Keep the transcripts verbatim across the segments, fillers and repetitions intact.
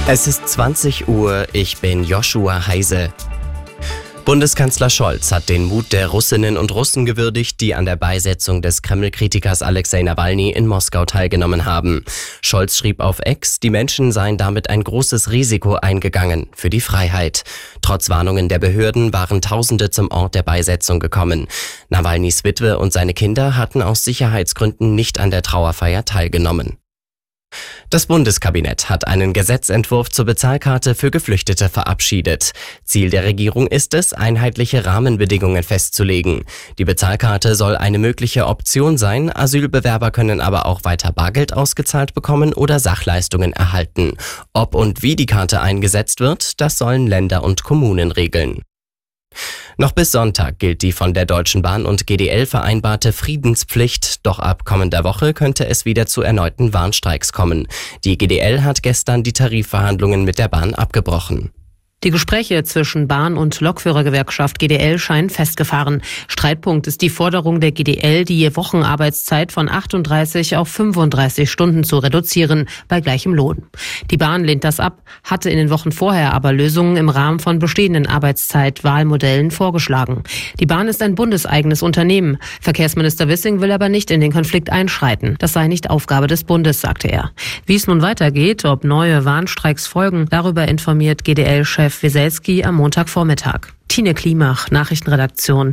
Es ist zwanzig Uhr, ich bin Joshua Heise. Bundeskanzler Scholz hat den Mut der Russinnen und Russen gewürdigt, die an der Beisetzung des Kreml-Kritikers Alexei Nawalny in Moskau teilgenommen haben. Scholz schrieb auf X, die Menschen seien damit ein großes Risiko eingegangen für die Freiheit. Trotz Warnungen der Behörden waren Tausende zum Ort der Beisetzung gekommen. Nawalnys Witwe und seine Kinder hatten aus Sicherheitsgründen nicht an der Trauerfeier teilgenommen. Das Bundeskabinett hat einen Gesetzentwurf zur Bezahlkarte für Geflüchtete verabschiedet. Ziel der Regierung ist es, einheitliche Rahmenbedingungen festzulegen. Die Bezahlkarte soll eine mögliche Option sein, Asylbewerber können aber auch weiter Bargeld ausgezahlt bekommen oder Sachleistungen erhalten. Ob und wie die Karte eingesetzt wird, das sollen Länder und Kommunen regeln. Noch bis Sonntag gilt die von der Deutschen Bahn und G D L vereinbarte Friedenspflicht, doch ab kommender Woche könnte es wieder zu erneuten Warnstreiks kommen. Die G D L hat gestern die Tarifverhandlungen mit der Bahn abgebrochen. Die Gespräche zwischen Bahn- und Lokführergewerkschaft G D L scheinen festgefahren. Streitpunkt ist die Forderung der G D L, die Wochenarbeitszeit von achtunddreißig auf fünfunddreißig Stunden zu reduzieren, bei gleichem Lohn. Die Bahn lehnt das ab, hatte in den Wochen vorher aber Lösungen im Rahmen von bestehenden Arbeitszeitwahlmodellen vorgeschlagen. Die Bahn ist ein bundeseigenes Unternehmen. Verkehrsminister Wissing will aber nicht in den Konflikt einschreiten. Das sei nicht Aufgabe des Bundes, sagte er. Wie es nun weitergeht, ob neue Warnstreiks folgen, darüber informiert G D L-Chef Wieselski am Montagvormittag. Tine Klimach, Nachrichtenredaktion.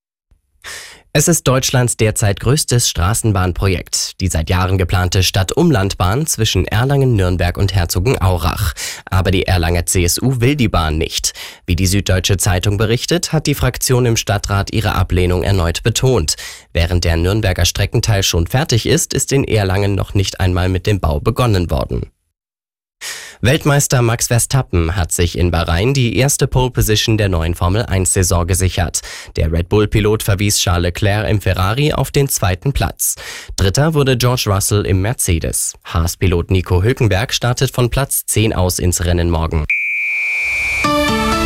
Es ist Deutschlands derzeit größtes Straßenbahnprojekt, die seit Jahren geplante Stadt-Umland-Bahn zwischen Erlangen, Nürnberg und Herzogenaurach. Aber die Erlanger C S U will die Bahn nicht. Wie die Süddeutsche Zeitung berichtet, hat die Fraktion im Stadtrat ihre Ablehnung erneut betont. Während der Nürnberger Streckenteil schon fertig ist, ist in Erlangen noch nicht einmal mit dem Bau begonnen worden. Weltmeister Max Verstappen hat sich in Bahrain die erste Pole Position der neuen Formel eins Saison gesichert. Der Red Bull-Pilot verwies Charles Leclerc im Ferrari auf den zweiten Platz. Dritter wurde George Russell im Mercedes. Haas-Pilot Nico Hülkenberg startet von Platz zehn aus ins Rennen morgen.